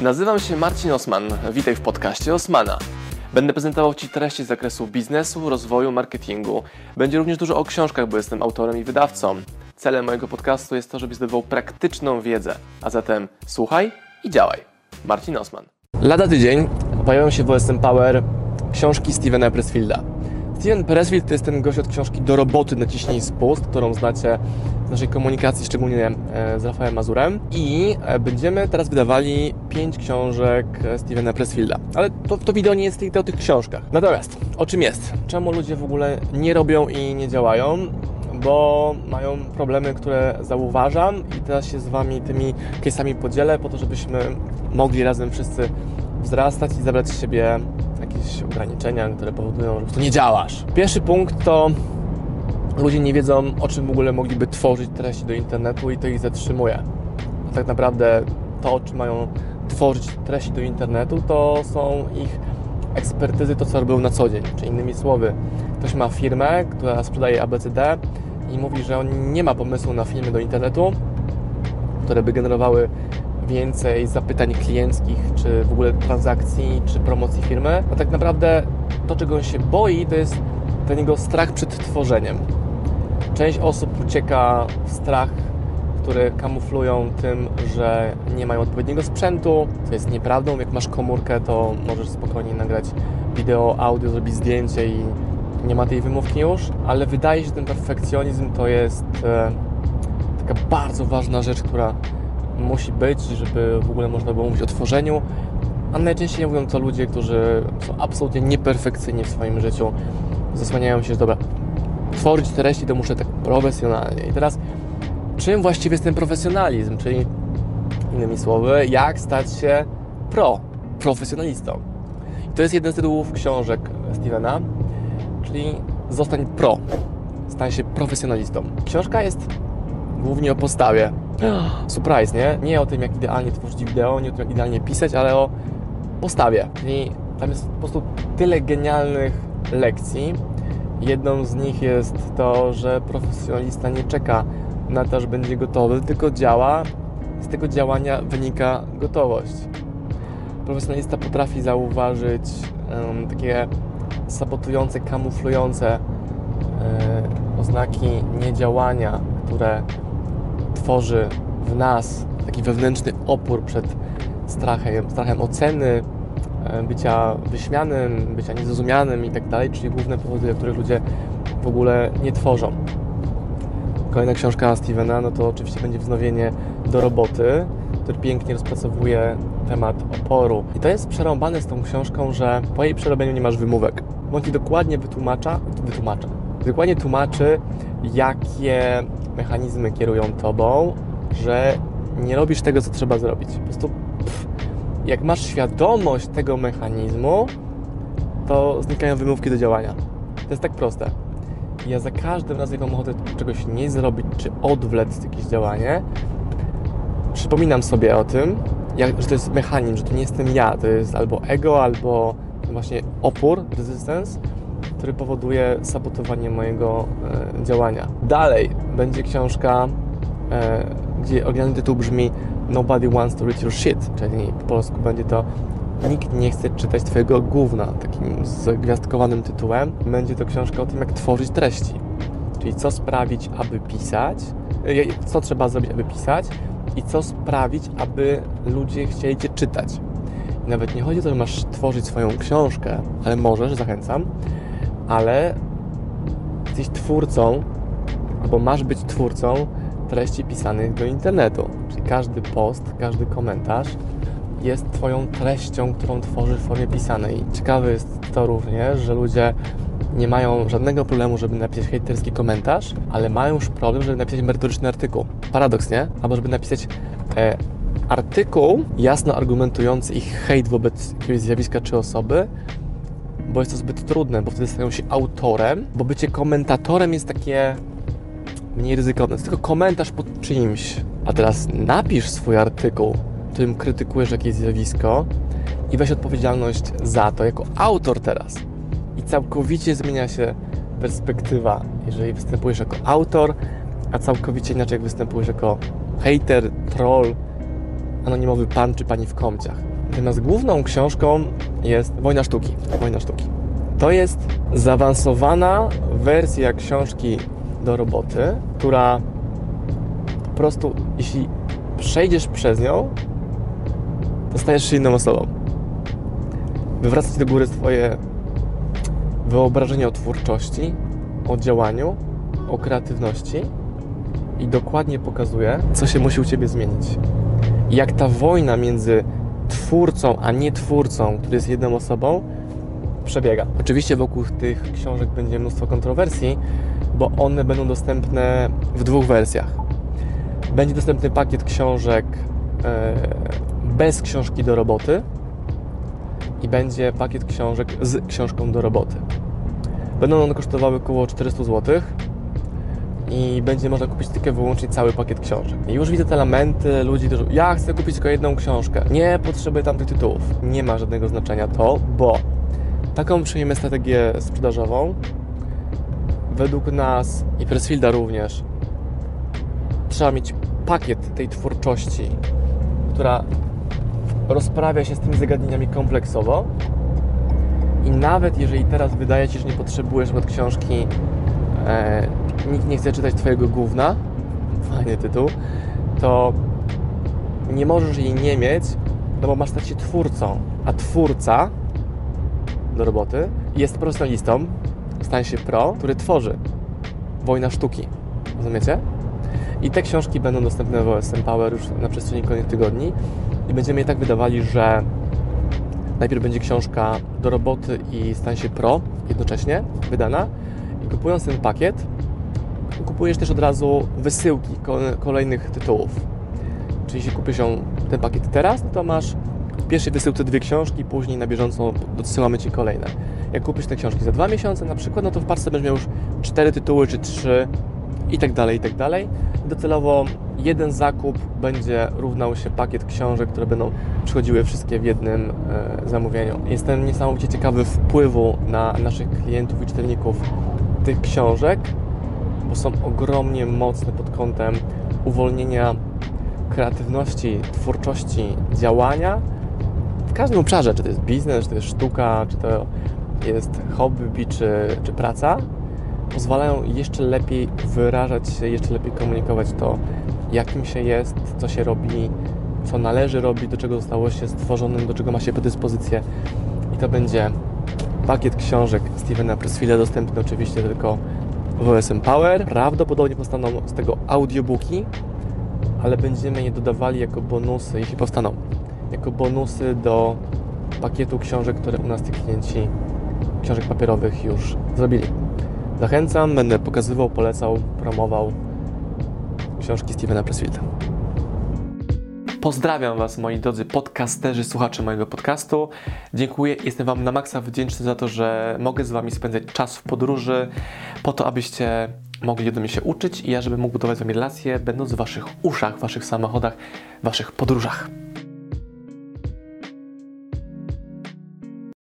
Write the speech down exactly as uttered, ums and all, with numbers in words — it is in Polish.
Nazywam się Marcin Osman. Witaj w podcaście Osmana. Będę prezentował Ci treści z zakresu biznesu, rozwoju, marketingu. Będzie również dużo o książkach, bo jestem autorem i wydawcą. Celem mojego podcastu jest to, żebyś zdobywał praktyczną wiedzę. A zatem słuchaj i działaj. Marcin Osman. Lada tydzień pojawią się w O S M Power książki Stevena Pressfielda. Steven Pressfield to jest ten gość od książki Do roboty, naciśnij spust, którą znacie z naszej komunikacji, szczególnie z Rafałem Mazurem. I będziemy teraz wydawali pięć książek Stevena Pressfielda. Ale to, to wideo nie jest tylko o tych książkach. Natomiast o czym jest? Czemu ludzie w ogóle nie robią i nie działają? Bo mają problemy, które zauważam i teraz się z Wami tymi case'ami podzielę po to, żebyśmy mogli razem wszyscy wzrastać i zabrać z siebie jakieś ograniczenia, które powodują, że to nie działasz. Pierwszy punkt to ludzie nie wiedzą, o czym w ogóle mogliby tworzyć treści do internetu i to ich zatrzymuje. A tak naprawdę to, o czym mają tworzyć treści do internetu, to są ich ekspertyzy, to co robią na co dzień. Czyli innymi słowy, ktoś ma firmę, która sprzedaje A B C D i mówi, że on nie ma pomysłu na filmy do internetu, które by generowały więcej zapytań klienckich, czy w ogóle transakcji, czy promocji firmy. A tak naprawdę to, czego on się boi, to jest ten jego strach przed tworzeniem. Część osób ucieka w strach, które kamuflują tym, że nie mają odpowiedniego sprzętu, co jest nieprawdą. Jak masz komórkę, to możesz spokojnie nagrać wideo, audio, zrobić zdjęcie i nie ma tej wymówki już, ale wydaje się, że ten perfekcjonizm to jest e, taka bardzo ważna rzecz, która musi być, żeby w ogóle można było mówić o tworzeniu, a najczęściej mówią to ludzie, którzy są absolutnie nieperfekcyjni w swoim życiu, zasłaniają się, że dobra, tworzyć treści to muszę tak profesjonalnie. I teraz czym właściwie jest ten profesjonalizm, czyli innymi słowy, jak stać się pro, profesjonalistą. I to jest jeden z tytułów książek Stevena, czyli zostań pro, stań się profesjonalistą. Książka jest głównie o postawie. Surprise, nie? Nie o tym, jak idealnie tworzyć wideo, nie o tym, jak idealnie pisać, ale o postawie. Czyli tam jest po prostu tyle genialnych lekcji. Jedną z nich jest to, że profesjonalista nie czeka na to, że będzie gotowy, tylko działa. Z tego działania wynika gotowość. Profesjonalista potrafi zauważyć um, takie sabotujące, kamuflujące um, oznaki niedziałania, które tworzy w nas taki wewnętrzny opór przed strachem, strachem oceny, bycia wyśmianym, bycia niezrozumianym i tak dalej, czyli główne powody, dla których ludzie w ogóle nie tworzą. Kolejna książka Stevena, no to oczywiście będzie wznowienie Do roboty, który pięknie rozpracowuje temat oporu. I to jest przerąbane z tą książką, że po jej przerobieniu nie masz wymówek. Bo on Ci dokładnie wytłumacza, wytłumacza, dokładnie tłumaczy, jakie mechanizmy kierują Tobą, że nie robisz tego, co trzeba zrobić. Po prostu pff, jak masz świadomość tego mechanizmu, to znikają wymówki do działania. To jest tak proste. Ja za każdym razem, jak mam ochotę czegoś nie zrobić, czy odwlec jakieś działanie, przypominam sobie o tym, jak, że to jest mechanizm, że to nie jestem ja, to jest albo ego, albo właśnie opór, resistance, który powoduje sabotowanie mojego e, działania. Dalej będzie książka, e, gdzie oryginalny tytuł brzmi Nobody wants to read your shit, czyli po polsku będzie to Nikt nie chce czytać Twojego gówna, takim zgwiazdkowanym tytułem. Będzie to książka o tym, jak tworzyć treści, czyli co sprawić, aby pisać, co trzeba zrobić, aby pisać i co sprawić, aby ludzie chcieli Cię czytać. I nawet nie chodzi o to, że masz tworzyć swoją książkę, ale możesz, zachęcam, ale jesteś twórcą, albo masz być twórcą treści pisanych do internetu. Czyli każdy post, każdy komentarz jest Twoją treścią, którą tworzysz w formie pisanej. I ciekawe jest to również, że ludzie nie mają żadnego problemu, żeby napisać hejterski komentarz, ale mają już problem, żeby napisać merytoryczny artykuł. Paradoks, nie? Albo żeby napisać e, artykuł jasno argumentujący ich hejt wobec jakiegoś zjawiska czy osoby, bo jest to zbyt trudne, bo wtedy stają się autorem, bo bycie komentatorem jest takie mniej ryzykowne. To jest tylko komentarz pod czyimś. A teraz napisz swój artykuł, w którym krytykujesz jakieś zjawisko i weź odpowiedzialność za to jako autor teraz. I całkowicie zmienia się perspektywa, jeżeli występujesz jako autor, a całkowicie inaczej jak występujesz jako hejter, troll, anonimowy pan czy pani w komciach. Natomiast główną książką jest Wojna sztuki. Wojna sztuki. To jest zaawansowana wersja książki do roboty, która po prostu, jeśli przejdziesz przez nią, to stajesz się inną osobą. Wywraca ci do góry twoje wyobrażenie o twórczości, o działaniu, o kreatywności i dokładnie pokazuje, co się musi u ciebie zmienić. I jak ta wojna między twórcą, a nie twórcą, który jest jedną osobą, przebiega. Oczywiście wokół tych książek będzie mnóstwo kontrowersji, bo one będą dostępne w dwóch wersjach. Będzie dostępny pakiet książek e, bez książki do roboty i będzie pakiet książek z książką do roboty. Będą one kosztowały około czterysta złotych i będzie można kupić tylko i wyłącznie cały pakiet książek. I już widzę te lamenty ludzi, którzy ja chcę kupić tylko jedną książkę. Nie potrzebuję tamtych tytułów. Nie ma żadnego znaczenia to, bo taką przyjmiemy strategię sprzedażową. Według nas i Pressfielda również trzeba mieć pakiet tej twórczości, która rozprawia się z tymi zagadnieniami kompleksowo i nawet jeżeli teraz wydaje Ci, że nie potrzebujesz od książki e, nikt nie chce czytać Twojego gówna, fajny tytuł, to nie możesz jej nie mieć, no bo masz stać się twórcą, a twórca do roboty jest profesjonalistą, stań się pro, który tworzy. Wojna sztuki, rozumiecie? I te książki będą dostępne w O S M Power już na przestrzeni kolejnych tygodni i będziemy je tak wydawali, że najpierw będzie książka do roboty i stań się pro jednocześnie wydana i kupując ten pakiet kupujesz też od razu wysyłki kolejnych tytułów. Czyli jeśli kupisz ją, ten pakiet teraz, no to masz w pierwszej wysyłce dwie książki, później na bieżąco dosyłamy Ci kolejne. Jak kupisz te książki za dwa miesiące na przykład, no to w parce będziesz miał już cztery tytuły czy trzy i tak dalej, i tak dalej. Docelowo jeden zakup będzie równał się pakiet książek, które będą przychodziły wszystkie w jednym e, zamówieniu. Jestem niesamowicie ciekawy wpływu na naszych klientów i czytelników tych książek, bo są ogromnie mocne pod kątem uwolnienia kreatywności, twórczości, działania w każdym obszarze, czy to jest biznes, czy to jest sztuka, czy to jest hobby, czy, czy praca, pozwalają jeszcze lepiej wyrażać się, jeszcze lepiej komunikować to, jakim się jest, co się robi, co należy robić, do czego zostało się stworzonym, do czego ma się predyspozycję. I to będzie pakiet książek Stevena Pressfielda, dostępny oczywiście tylko w O S M Power. Prawdopodobnie powstaną z tego audiobooki, ale będziemy je dodawali jako bonusy, jeśli powstaną, jako bonusy do pakietu książek, które u nas ci klienci książek papierowych już zrobili. Zachęcam, będę pokazywał, polecał, promował książki Stevena Pressfielda. Pozdrawiam Was, moi drodzy podcasterzy, słuchacze mojego podcastu. Dziękuję, jestem Wam na maksa wdzięczny za to, że mogę z Wami spędzać czas w podróży, po to, abyście mogli do mnie się uczyć i ja, żebym mógł budować z Wami relacje, będąc w Waszych uszach, w Waszych samochodach, w Waszych podróżach.